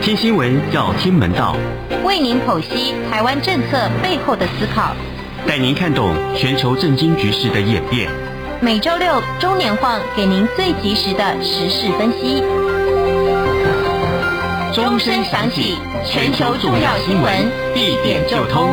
听新闻要听门道， 为您剖析台湾政策背后的思考， 带您看懂全球政经局势的演变。 每周六中年晃给您最及时的时事分析。钟声响起，全球重要新闻一点就通。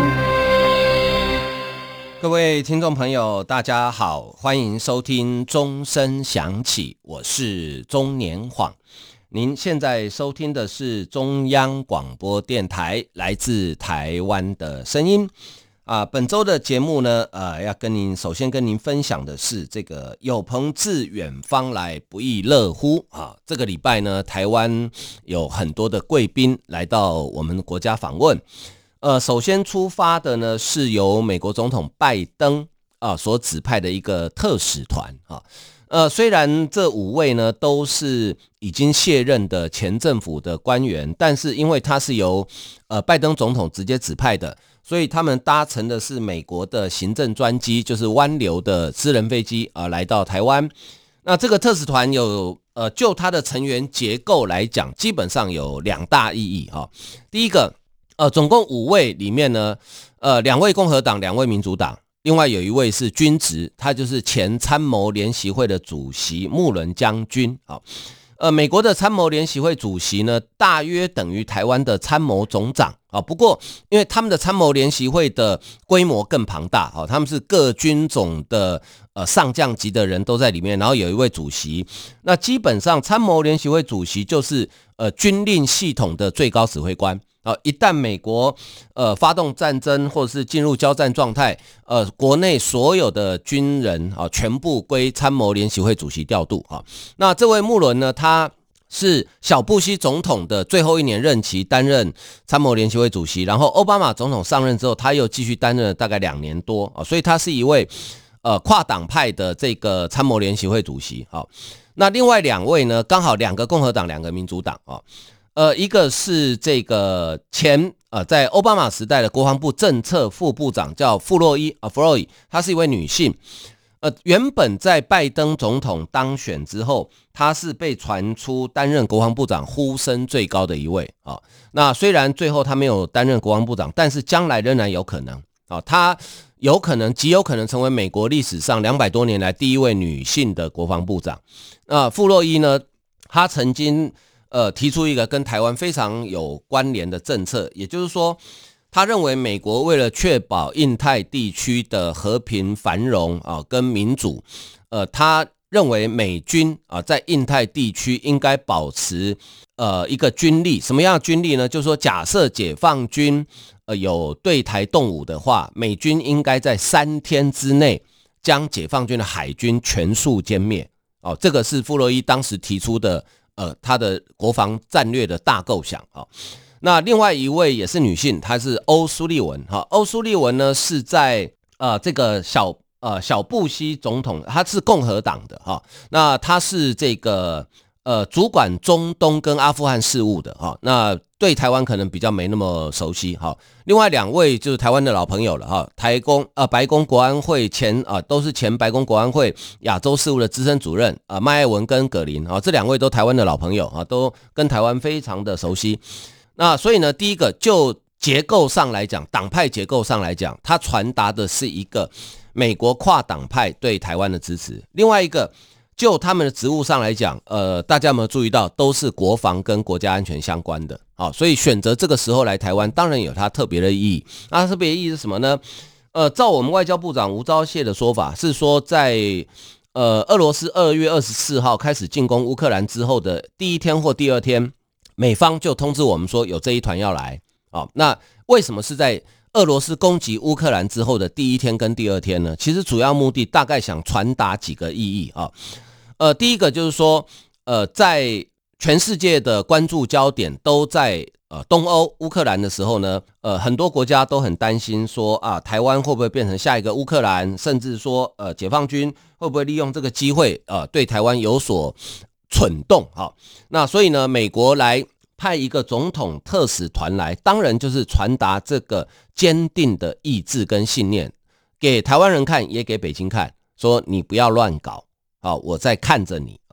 各位听众朋友大家好，欢迎收听钟声响起，我是钟年晃。您现在收听的是中央广播电台来自台湾的声音本周的节目呢要首先跟您分享的是这个有朋自远方来，不亦乐乎这个礼拜呢，台湾有很多的贵宾来到我们国家访问。首先出发的呢是由美国总统拜登所指派的一个特使团虽然这5位呢都是已经卸任的前政府的官员，但是因为他是由拜登总统直接指派的，所以他们搭乘的是美国的行政专机，就是湾流的私人飞机来到台湾。那这个特使团有就它的成员结构来讲，基本上有2大意义第一个总共5位里面呢2位共和党，2位民主党，另外有1位是军职，他就是前参谋联席会的主席穆伦将军美国的参谋联席会主席呢，大约等于台湾的参谋总长不过因为他们的参谋联席会的规模更庞大他们是各军种的上将级的人都在里面，然后有1位主席。那基本上参谋联席会主席就是军令系统的最高指挥官一旦美国发动战争或者是进入交战状态国内所有的军人全部归参谋联席会主席调度那这位穆伦呢，他是小布希总统的最后1年任期担任参谋联席会主席，然后奥巴马总统上任之后他又继续担任了大概2年多所以他是一位跨党派的这个参谋联席会主席那另外2位呢，刚好2个共和党2个民主党一个是这个在奥巴马时代的国防部政策副部长叫弗洛伊，她是一位女性。原本在拜登总统当选之后，她是被传出担任国防部长呼声最高的一位那虽然最后她没有担任国防部长，但是将来仍然有可能她极有可能成为美国历史上200多年来第一位女性的国防部长。弗洛伊呢，她曾经提出一个跟台湾非常有关联的政策，也就是说他认为美国为了确保印太地区的和平繁荣跟民主他认为美军在印太地区应该保持一个军力。什么样的军力呢？就是说假设解放军有对台动武的话，美军应该在3天之内将解放军的海军全数歼灭这个是弗洛伊当时提出的他的国防战略的大构想那另外1位也是女性，她是欧苏利文欧苏利文呢是在这个小布希总统，她是共和党的那她是这个主管中东跟阿富汗事务的那对台湾可能比较没那么熟悉另外2位就是台湾的老朋友了白宫国安会都是前白宫国安会亚洲事务的资深主任麦爱文跟葛林这2位都台湾的老朋友都跟台湾非常的熟悉。那所以呢，第一个就结构上来讲，党派结构上来讲，它传达的是一个美国跨党派对台湾的支持。另外一个就他们的职务上来讲大家有没有注意到都是国防跟国家安全相关的所以选择这个时候来台湾当然有它特别的意义。那特别的意义是什么呢？照我们外交部长吴钊燮的说法是说，在俄罗斯2月24号开始进攻乌克兰之后的第1天或第2天，美方就通知我们说有这一团要来那为什么是在俄罗斯攻击乌克兰之后的第1天跟第2天呢？其实主要目的大概想传达几个意义第一个就是说在全世界的关注焦点都在东欧乌克兰的时候呢很多国家都很担心说台湾会不会变成下一个乌克兰，甚至说解放军会不会利用这个机会对台湾有所蠢动那所以呢，美国来派一个总统特使团来，当然就是传达这个坚定的意志跟信念给台湾人看，也给北京看，说你不要乱搞我在看着你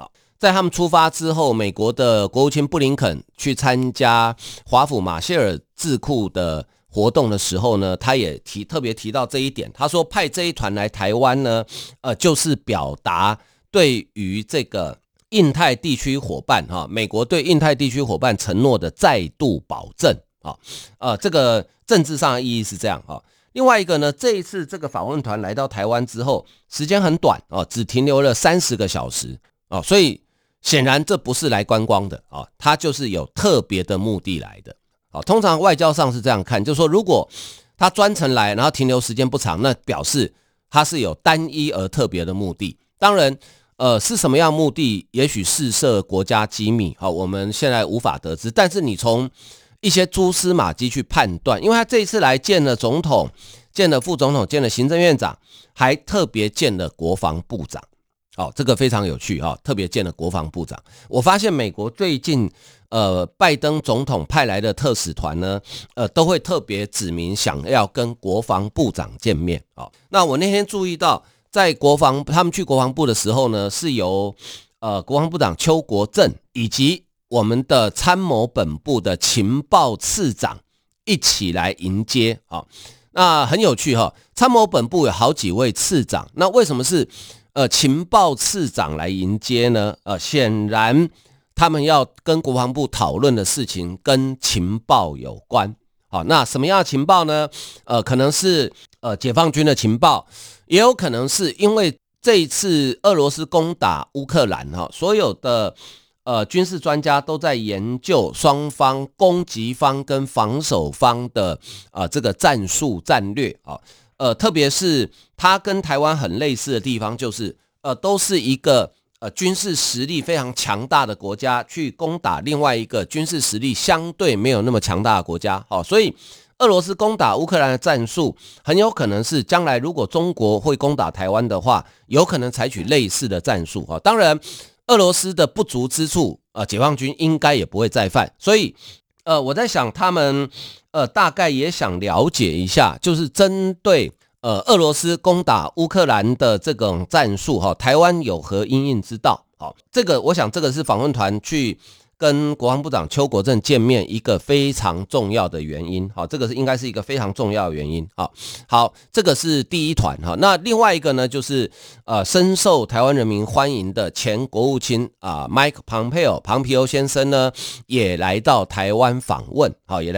在他们出发之后，美国的国务卿布林肯去参加华府马歇尔智库的活动的时候呢，他也特别提到这一点。他说派这一团来台湾呢，就是表达对于这个印太地区伙伴美国对印太地区伙伴承诺的再度保证这个政治上的意义是这样另外一个呢，这一次这个访问团来到台湾之后，时间很短只停留了30个小时所以显然这不是来观光的他就是有特别的目的来的通常外交上是这样看，就是说如果他专程来，然后停留时间不长，那表示他是有单一而特别的目的。当然是什么样目的，也许是涉国家机密我们现在无法得知，但是你从一些蛛丝马迹去判断，因为他这一次来见了总统，见了副总统，见了行政院长，还特别见了国防部长这个非常有趣特别见了国防部长。我发现美国最近拜登总统派来的特使团呢都会特别指明想要跟国防部长见面那我那天注意到在他们去国防部的时候呢，是由国防部长邱国正以及我们的参谋本部的情报次长一起来迎接那很有趣参谋本部有好几位次长，那为什么是情报次长来迎接呢？显然他们要跟国防部讨论的事情跟情报有关那什么样的情报呢？可能是解放军的情报，也有可能是因为这一次俄罗斯攻打乌克兰所有的军事专家都在研究双方攻击方跟防守方的这个战术战略特别是它跟台湾很类似的地方，就是都是一个军事实力非常强大的国家去攻打另外一个军事实力相对没有那么强大的国家所以俄罗斯攻打乌克兰的战术很有可能是将来如果中国会攻打台湾的话，有可能采取类似的战术当然俄罗斯的不足之处解放军应该也不会再犯，所以我在想他们大概也想了解一下，就是针对俄罗斯攻打乌克兰的这种战术台湾有何因应之道这个我想这个是访问团去跟国防部长邱国正见面一个非常重要的原因这个应该是一个非常重要的原因好，这个是第一团那另外一个呢，就是深受台湾人民欢迎的前国务卿Mike Pompeo 庞皮欧先生呢也来到台湾访问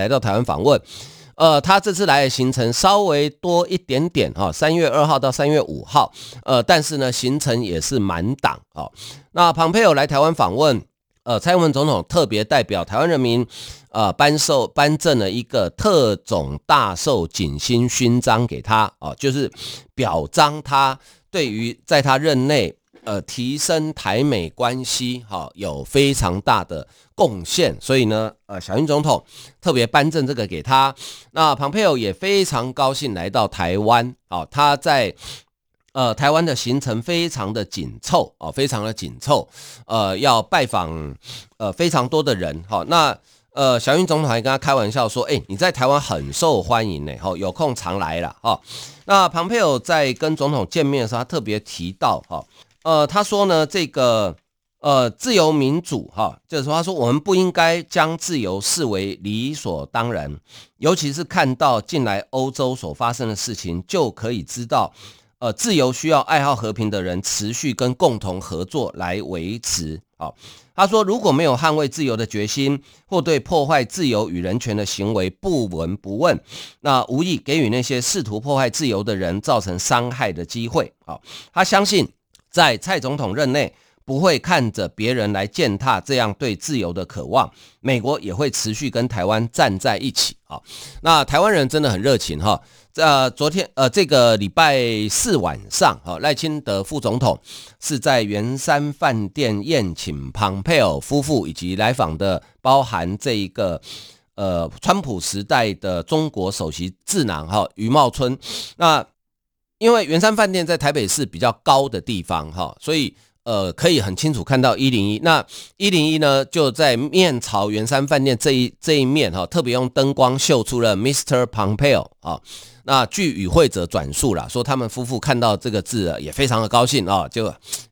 他这次来的行程稍微多一点点3月2号到3月5号但是呢行程也是满档那庞佩欧来台湾访问蔡英文总统特别代表台湾人民颁赠了一个特种大寿锦星勋章给他就是表彰他对于在他任内提升台美关系有非常大的贡献，所以呢小英总统特别颁赠这个给他。那庞佩欧也非常高兴来到台湾他在台湾的行程非常的紧凑非常的紧凑要拜访非常多的人那小英总统还跟他开玩笑说你在台湾很受欢迎有空常来啦那庞佩欧在跟总统见面的时候，他特别提到他说呢这个自由民主就是说他说我们不应该将自由视为理所当然，尤其是看到近来欧洲所发生的事情，就可以知道自由需要爱好和平的人持续跟共同合作来维持他说如果没有捍卫自由的决心，或对破坏自由与人权的行为不闻不问，那无意给予那些试图破坏自由的人造成伤害的机会他相信在蔡总统任内不会看着别人来践踏这样对自由的渴望，美国也会持续跟台湾站在一起那台湾人真的很热情昨天这个礼拜4晚上赖清德副总统是在圆山饭店宴请庞佩欧夫妇以及来访的包含这一个川普时代的中国首席智囊余茂春。那因为圆山饭店在台北市比较高的地方所以可以很清楚看到101，那101呢就在面朝圆山饭店这一面特别用灯光秀出了 Mr. Pompeo 那据与会者转述啦，说他们夫妇看到这个字也非常的高兴就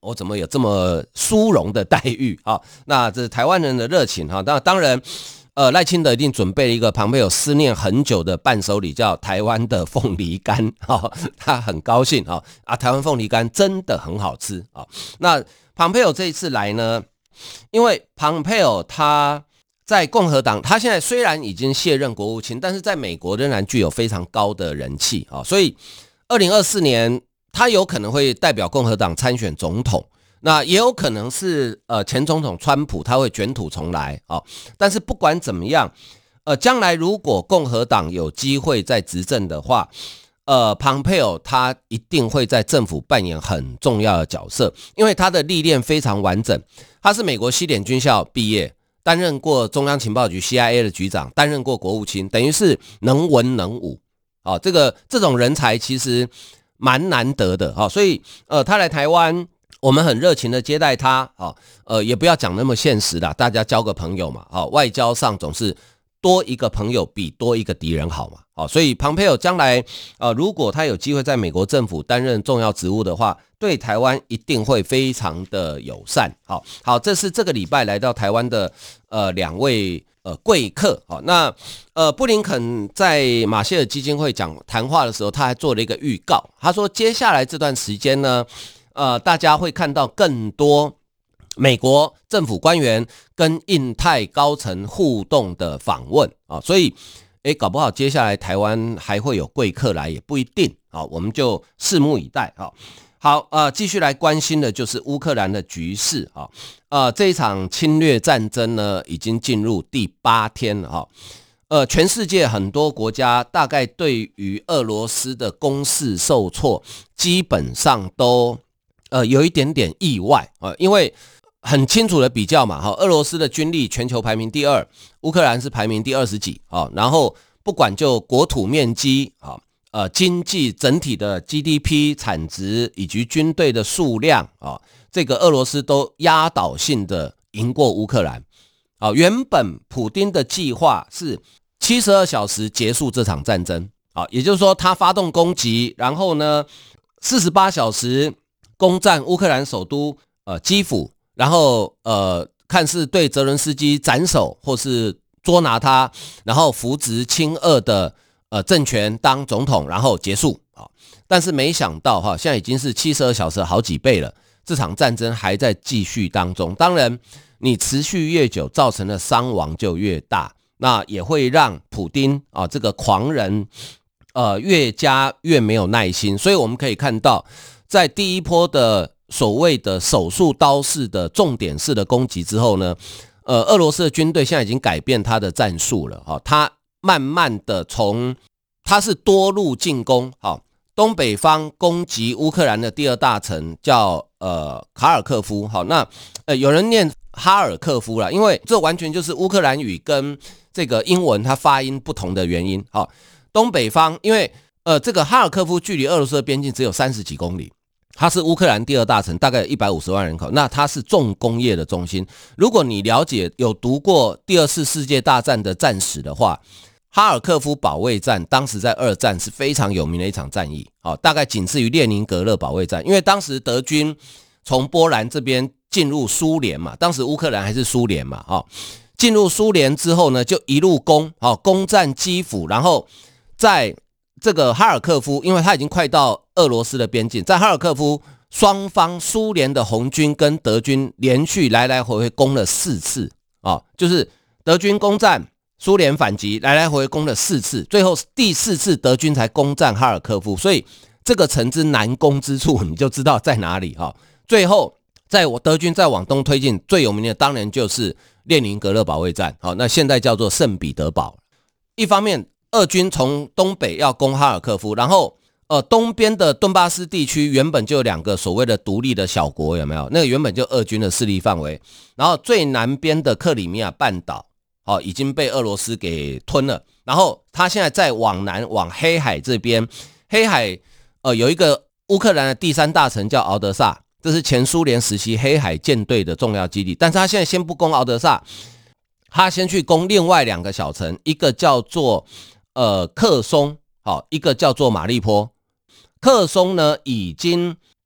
我怎么有这么殊荣的待遇啊？那这是台湾人的热情哈。那当然，赖清德一定准备了一个庞佩友思念很久的伴手礼，叫台湾的凤梨干哈。他很高兴啊，台湾凤梨干真的很好吃啊。那庞佩友这一次来呢，因为庞佩友他在共和党，他现在虽然已经卸任国务卿，但是在美国仍然具有非常高的人气啊，所以2024年他有可能会代表共和党参选总统，那也有可能是前总统川普他会卷土重来啊。但是不管怎么样，将来如果共和党有机会在执政的话，庞佩友他一定会在政府扮演很重要的角色，因为他的历练非常完整，他是美国西点军校毕业。担任过中央情报局 CIA 的局长，担任过国务卿，等于是能文能武这种人才其实蛮难得的所以他来台湾，我们很热情的接待他也不要讲那么现实啦，大家交个朋友嘛外交上总是多一个朋友比多一个敌人好嘛所以庞佩友将来如果他有机会在美国政府担任重要职务的话，对台湾一定会非常的友善。好，这是这个礼拜来到台湾的两位贵客那布林肯在马歇尔基金会讲谈话的时候，他还做了一个预告，他说接下来这段时间呢大家会看到更多美国政府官员跟印太高层互动的访问所以搞不好接下来台湾还会有贵客来，也不一定我们就拭目以待好继续来关心的就是乌克兰的局势这一场侵略战争呢已经进入第8天了全世界很多国家大概对于俄罗斯的攻势受挫基本上都有一点点意外因为很清楚的比较嘛俄罗斯的军力全球排名第2，乌克兰是排名第20几然后不管就国土面积经济整体的 GDP 产值以及军队的数量这个俄罗斯都压倒性的赢过乌克兰原本普丁的计划是72小时结束这场战争也就是说他发动攻击，然后呢48小时攻占乌克兰首都基辅，然后看是对泽伦斯基斩首或是捉拿他，然后扶植亲俄的政权当总统，然后结束但是没想到现在已经是72小时好几倍了，这场战争还在继续当中。当然你持续越久造成的伤亡就越大，那也会让普丁这个狂人越加越没有耐心。所以我们可以看到在第一波的所谓的手术刀式的重点式的攻击之后呢俄罗斯的军队现在已经改变他的战术了他慢慢的他是多路进攻东北方攻击乌克兰的第2大城叫卡尔科夫那有人念哈尔科夫啦，因为这完全就是乌克兰语跟这个英文它发音不同的原因东北方因为这个哈尔科夫距离俄罗斯的边境只有30几公里，它是乌克兰第2大城，大概有150万人口，那它是重工业的中心。如果你了解有读过第2次世界大战的战史的话，哈尔科夫保卫战当时在2战是非常有名的一场战役大概仅次于列宁格勒保卫战，因为当时德军从波兰这边进入苏联嘛，当时乌克兰还是苏联嘛进入苏联之后呢就一路攻占基辅，然后在这个哈尔科夫，因为他已经快到俄罗斯的边境，在哈尔科夫双方苏联的红军跟德军连续来来回回攻了4次就是德军攻占苏联反击，来来回回攻了4次，最后第4次德军才攻占哈尔科夫，所以这个城之难攻之处你就知道在哪里最后德军再往东推进，最有名的当然就是列宁格勒保卫战那现在叫做圣彼得堡。一方面俄军从东北要攻哈尔科夫，然后东边的顿巴斯地区原本就有2个所谓的独立的小国，有没有？那个原本就俄军的势力范围，然后最南边的克里米亚半岛已经被俄罗斯给吞了，然后他现在在往南往黑海这边，黑海有一个乌克兰的第3大城叫敖德萨，这是前苏联时期黑海舰队的重要基地，但是他现在先不攻敖德萨，他先去攻另外2个小城，一个叫做克松一个叫做马利坡。克松呢已经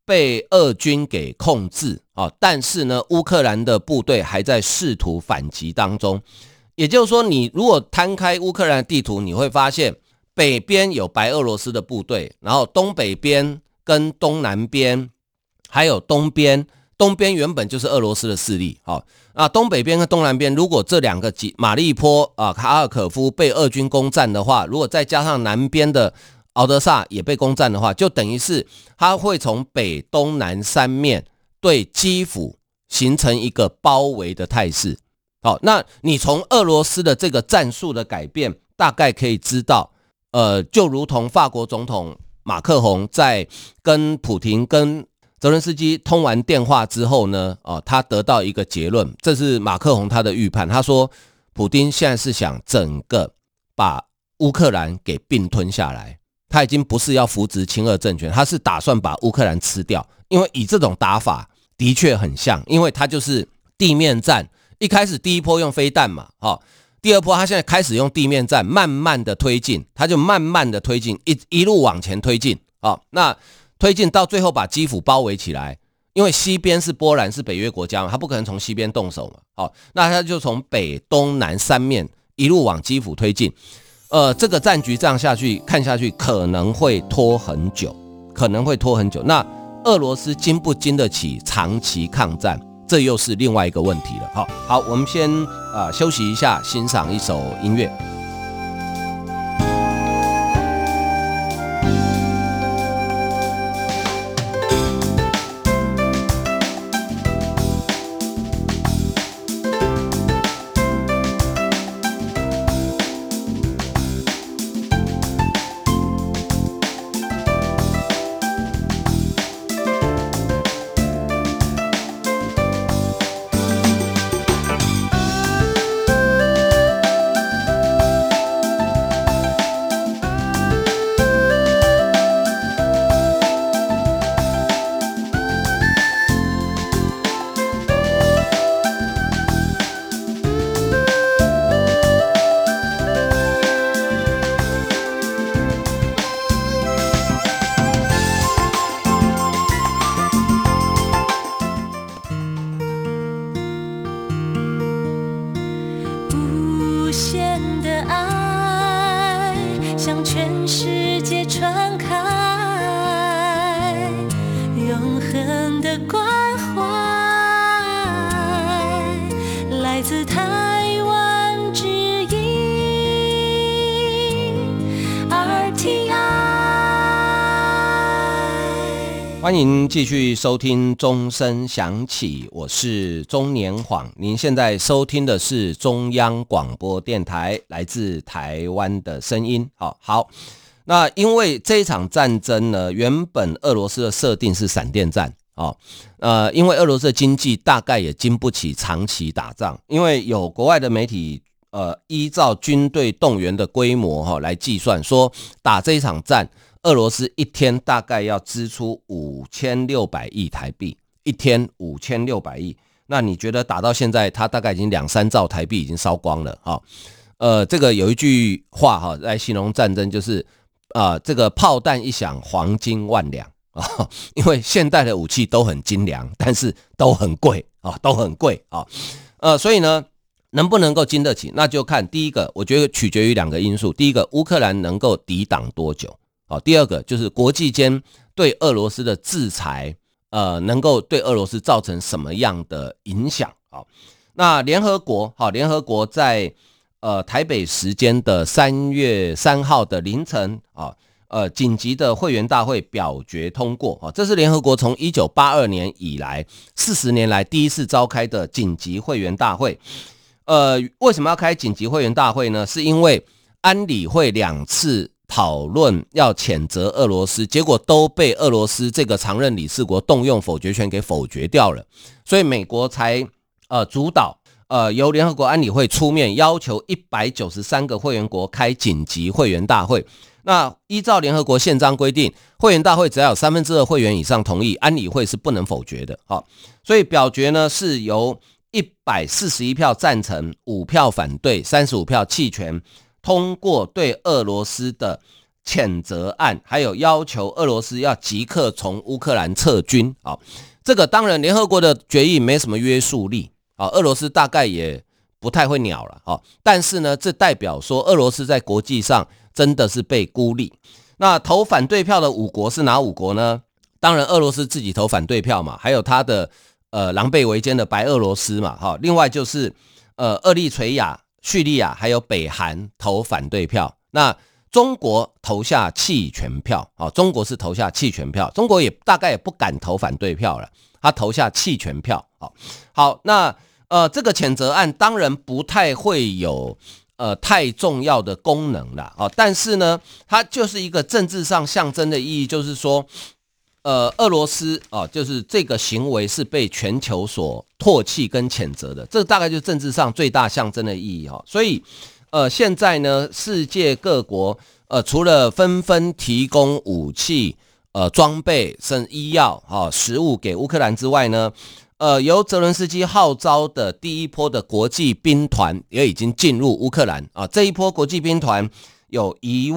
被俄军给控制但是呢，乌克兰的部队还在试图反击当中。也就是说，你如果摊开乌克兰的地图，你会发现北边有白俄罗斯的部队，然后东北边跟东南边还有东边原本就是俄罗斯的势力。那东北边跟东南边，如果这两个马利坡卡尔可夫被俄军攻占的话，如果再加上南边的敖德萨也被攻占的话，就等于是它会从北东南三面对基辅形成一个包围的态势。那你从俄罗斯的这个战术的改变，大概可以知道，就如同法国总统马克宏在跟普廷跟泽伦斯基通完电话之后呢，他得到一个结论，这是马克宏他的预判，他说普丁现在是想整个把乌克兰给并吞下来，他已经不是要扶植亲俄政权，他是打算把乌克兰吃掉，因为以这种打法的确很像，因为他就是地面战，一开始第一波用飞弹嘛，第二波他现在开始用地面战，慢慢的推进，他就慢慢的推进，一路往前推进，那推进到最后把基辅包围起来，因为西边是波兰是北约国家嘛，他不可能从西边动手嘛，那他就从北东南三面一路往基辅推进，这个战局这样下去看下去可能会拖很久，那俄罗斯经不经得起长期抗战，这又是另外一个问题了。好，我们先休息一下，欣赏一首音乐。欢迎继续收听钟声响起，我是钟年晃。您现在收听的是中央广播电台来自台湾的声音。好，那因为这一场战争呢，原本俄罗斯的设定是闪电战，因为俄罗斯的经济大概也经不起长期打仗，因为有国外的媒体依照军队动员的规模来计算，说打这一场战，俄罗斯一天大概要支出5600亿台币，一天5600亿。那你觉得打到现在，它大概已经2-3兆台币已经烧光了这个有一句话来形容战争，就是这个炮弹一响，黄金万两因为现代的武器都很精良，但是都很贵所以呢，能不能够经得起，那就看第一个，我觉得取决于2个因素。第一个，乌克兰能够抵挡多久。第二个就是国际间对俄罗斯的制裁，能够对俄罗斯造成什么样的影响？那联合国在台北时间的3月3号的凌晨紧急的会员大会表决通过，这是联合国从1982年以来40年来第一次召开的紧急会员大会。为什么要开紧急会员大会呢？是因为安理会2次讨论要谴责俄罗斯，结果都被俄罗斯这个常任理事国动用否决权给否决掉了，所以美国才主导由联合国安理会出面要求193个会员国开紧急会员大会。那依照联合国宪章规定，会员大会只要有2/3会员以上同意，安理会是不能否决的。所以表决呢是由141票赞成，5票反对，35票弃权，通过对俄罗斯的谴责案，还有要求俄罗斯要即刻从乌克兰撤军。这个当然联合国的决议没什么约束力，俄罗斯大概也不太会鸟了。但是呢，这代表说俄罗斯在国际上真的是被孤立。那投反对票的5国是哪5国呢？当然俄罗斯自己投反对票嘛，还有他的狼狈为奸的白俄罗斯嘛。另外就是厄立垂亚、叙利亚还有北韩投反对票。那中国投下弃权票，中国是投下弃权票，中国也大概也不敢投反对票了，他投下弃权票。好，那这个谴责案当然不太会有太重要的功能啦，但是呢，它就是一个政治上象征的意义，就是说，俄罗斯就是这个行为是被全球所唾弃跟谴责的，这大概就是政治上最大象征的意义。所以现在呢，世界各国除了纷纷提供武器、装备、甚至医药、食物给乌克兰之外呢，由泽伦斯基号召的第一波的国际兵团也已经进入乌克兰这一波国际兵团有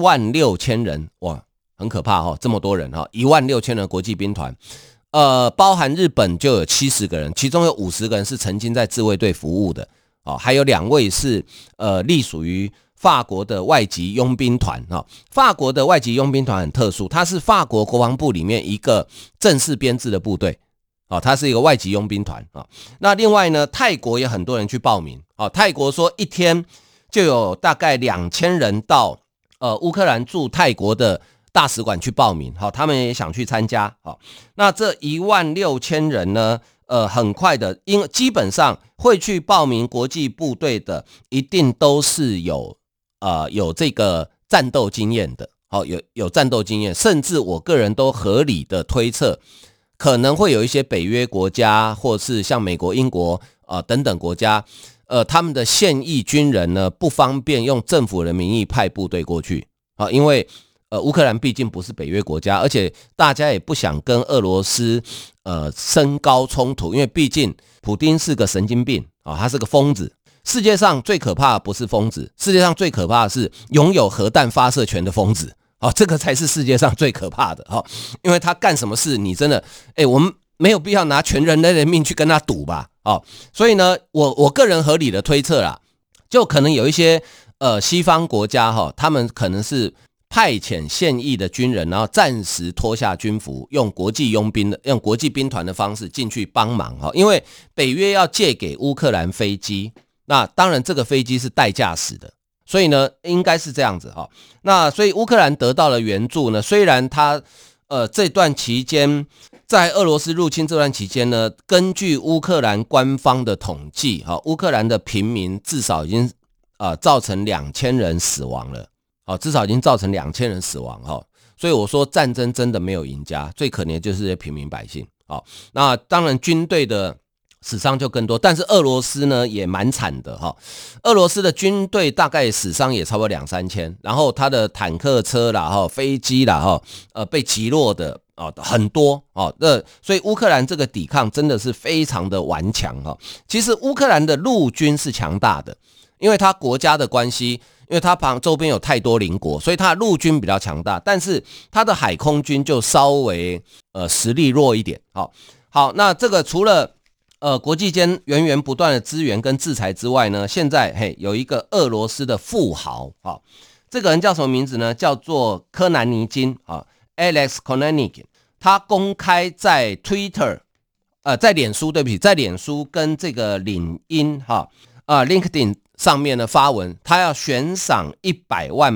16000人，哇，很可怕这么多人16000人国际兵团，包含日本就有70个人，其中有50个人是曾经在自卫队服务的，还有2位是隶属于法国的外籍佣兵团。法国的外籍佣兵团很特殊，它是法国国防部里面一个正式编制的部队。它是一个外籍佣兵团。那另外呢，泰国也很多人去报名。泰国说一天就有大概2000人到乌克兰驻泰国的大使馆去报名，他们也想去参加。那这16000人呢，很快的，因为基本上会去报名国际部队的，一定都是有这个战斗经验的，有战斗经验，甚至我个人都合理的推测，可能会有一些北约国家，或是像美国、英国等等国家，他们的现役军人呢不方便用政府的名义派部队过去，因为乌克兰毕竟不是北约国家，而且大家也不想跟俄罗斯升高冲突，因为毕竟普丁是个神经病他是个疯子。世界上最可怕的不是疯子，世界上最可怕的是拥有核弹发射权的疯子。这个才是世界上最可怕的。因为他干什么事你真的我们没有必要拿全人类的命去跟他赌吧。所以呢，我个人合理的推测啦，就可能有一些西方国家他们可能是派遣现役的军人，然后暂时脱下军服，用国际兵团的方式进去帮忙。因为北约要借给乌克兰飞机，那当然这个飞机是带驾驶的，所以呢应该是这样子。那所以乌克兰得到了援助呢，虽然他这段期间在俄罗斯入侵这段期间呢，根据乌克兰官方的统计，乌克兰的平民至少已经造成2000人死亡了。至少已经造成2000人死亡。所以我说战争真的没有赢家，最可怜的就是这些平民百姓。那当然军队的死伤就更多，但是俄罗斯呢也蛮惨的。俄罗斯的军队大概死伤也差不多2-3000，然后他的坦克车啦、飞机啦、被击落的很多。所以乌克兰这个抵抗真的是非常的顽强。其实乌克兰的陆军是强大的，因为他国家的关系，因为他周边有太多邻国，所以他的陆军比较强大，但是他的海空军就稍微实力弱一点。好，那这个除了国际间源源不断的资源跟制裁之外呢，现在有一个俄罗斯的富豪，这个人叫什么名字呢？叫做科南尼金，Alex Konechny。他公开在 Twitter， 在脸书跟这个领英LinkedIn 上面呢发文，他要悬赏$100万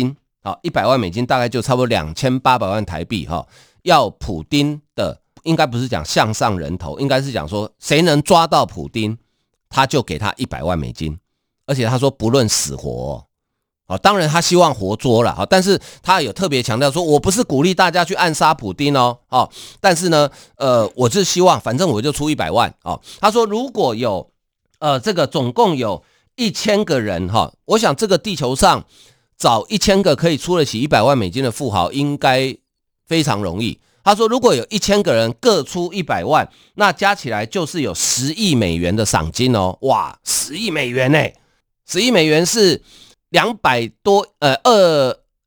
，100万美金大概就差不多2800万台币，要普丁的，应该不是讲项上人头，应该是讲说谁能抓到普丁，他就给他$100万，而且他说不论死活。当然他希望活捉了，但是他有特别强调说，我不是鼓励大家去暗杀普丁但是呢我是希望反正我就出$100万。他说如果有这个总共有1000个人我想这个地球上找1000个可以出得起$100万的富豪应该非常容易。他说如果有1000个人各出$100万，那加起来就是有$10亿的赏金哇，$10亿，$10亿是200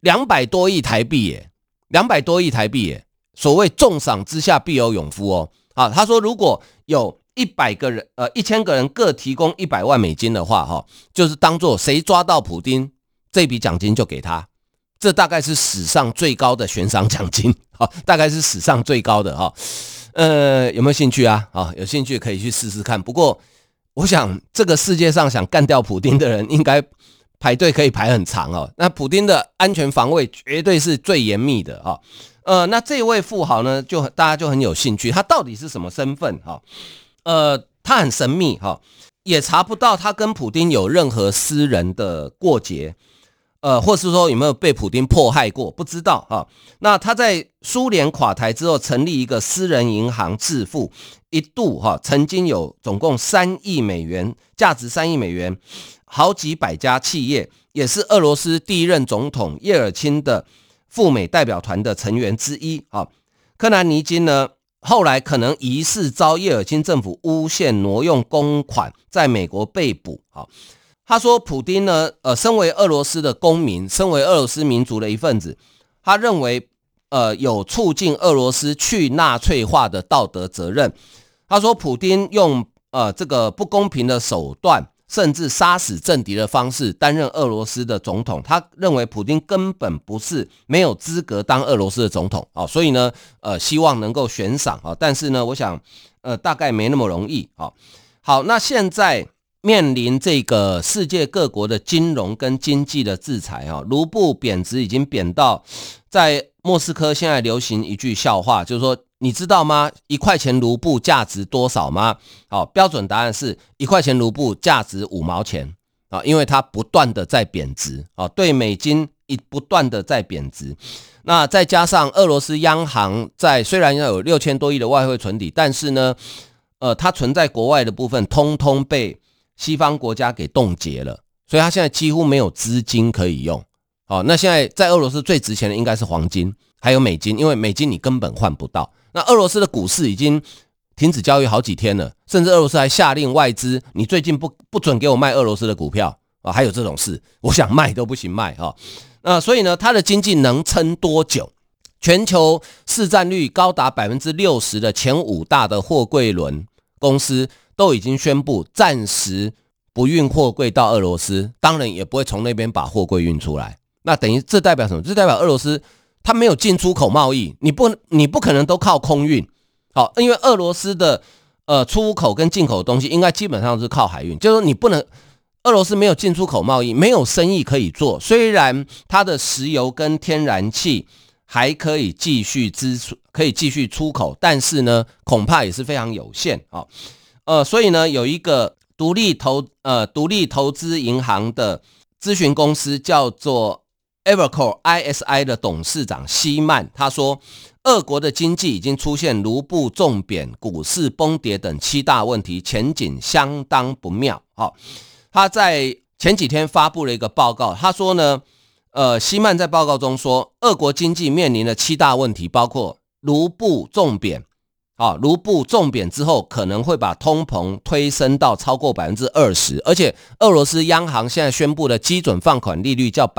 200多亿台币耶，200多亿台币耶，所谓重赏之下必有勇夫哦。啊，他说如果有1000个人各提供$100万的话，就是当做谁抓到普丁，这笔奖金就给他。这大概是史上最高的悬赏奖金，大概是史上最高的哈。有没有兴趣啊？有兴趣可以去试试看。不过，我想这个世界上想干掉普丁的人，应该排队可以排很长哦。那普丁的安全防卫绝对是最严密的哈。那这位富豪呢，大家就很有兴趣，他到底是什么身份哈？他很神秘哈，也查不到他跟普丁有任何私人的过节。或是说有没有被普丁迫害过，不知道哈。那他在苏联垮台之后成立一个私人银行致富，一度曾经有总共3亿美元，价值3亿美元，好几百家企业，也是俄罗斯第一任总统叶尔钦的赴美代表团的成员之一。克兰尼金呢，后来可能疑似遭叶尔钦政府诬陷挪用公款，在美国被捕。他说普丁呢，身为俄罗斯的公民，身为俄罗斯民族的一份子，他认为有促进俄罗斯去纳粹化的道德责任。他说普丁用这个不公平的手段，甚至杀死政敌的方式担任俄罗斯的总统。他认为普丁根本不是没有资格当俄罗斯的总统，所以呢希望能够悬赏，但是呢我想大概没那么容易。好，那现在面临这个世界各国的金融跟经济的制裁，卢布贬值已经贬到在莫斯科现在流行一句笑话，就是说你知道吗？1块钱卢布价值多少吗？标准答案是1块钱卢布价值5毛钱，因为它不断的在贬值，对美金不断的在贬值。那再加上俄罗斯央行虽然要有6000多亿的外汇存底，但是呢它存在国外的部分通通被西方国家给冻结了，所以他现在几乎没有资金可以用。那现在在俄罗斯最值钱的应该是黄金还有美金，因为美金你根本换不到。那俄罗斯的股市已经停止交易好几天了，甚至俄罗斯还下令外资，你最近不准给我卖俄罗斯的股票还有这种事，我想卖都不行卖所以呢，它的经济能撑多久？全球市占率高达 60% 的前5大的货柜轮公司都已经宣布暂时不运货柜到俄罗斯，当然也不会从那边把货柜运出来。那等于这代表什么？这代表俄罗斯它没有进出口贸易，你不可能都靠空运。因为俄罗斯的出口跟进口的东西应该基本上是靠海运，就是说你不能，俄罗斯没有进出口贸易，没有生意可以做。虽然它的石油跟天然气还可以继续出口，但是呢恐怕也是非常有限。所以呢，有一个独立投资银行的咨询公司叫做 Evercore ISI 的董事长希曼，他说，俄国的经济已经出现卢布重贬、股市崩跌等7大问题，前景相当不妙。他在前几天发布了一个报告，他说呢，希曼在报告中说，俄国经济面临的7大问题，包括卢布重贬。卢布重贬之后可能会把通膨推升到超过 20%， 而且俄罗斯央行现在宣布的基准放款利率叫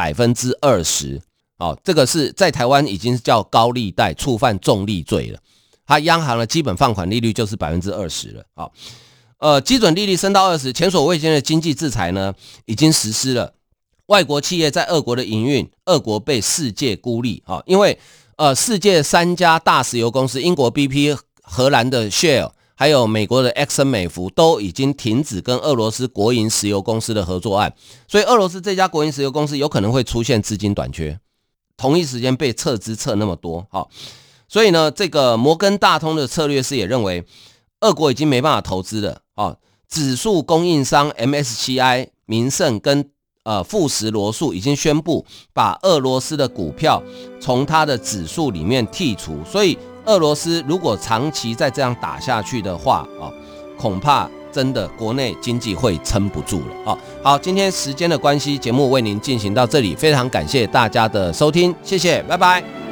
20%， 这个是在台湾已经是叫高利贷，触犯重利罪了。它央行的基本放款利率就是 20% 了。基准利率升到 20%， 前所未见的经济制裁呢已经实施了。外国企业在俄国的营运，俄国被世界孤立，因为世界3家大石油公司，英国 BP、荷兰的 Shell 还有美国的 Exxon 美孚都已经停止跟俄罗斯国营石油公司的合作案，所以俄罗斯这家国营石油公司有可能会出现资金短缺，同一时间被撤资撤那么多。所以呢，这个摩根大通的策略师也认为俄国已经没办法投资了。指数供应商 MSCI、民盛跟富时罗素已经宣布把俄罗斯的股票从它的指数里面剔除，所以俄罗斯如果长期再这样打下去的话，恐怕真的国内经济会撑不住了。好，今天时间的关系，节目为您进行到这里，非常感谢大家的收听，谢谢，拜拜。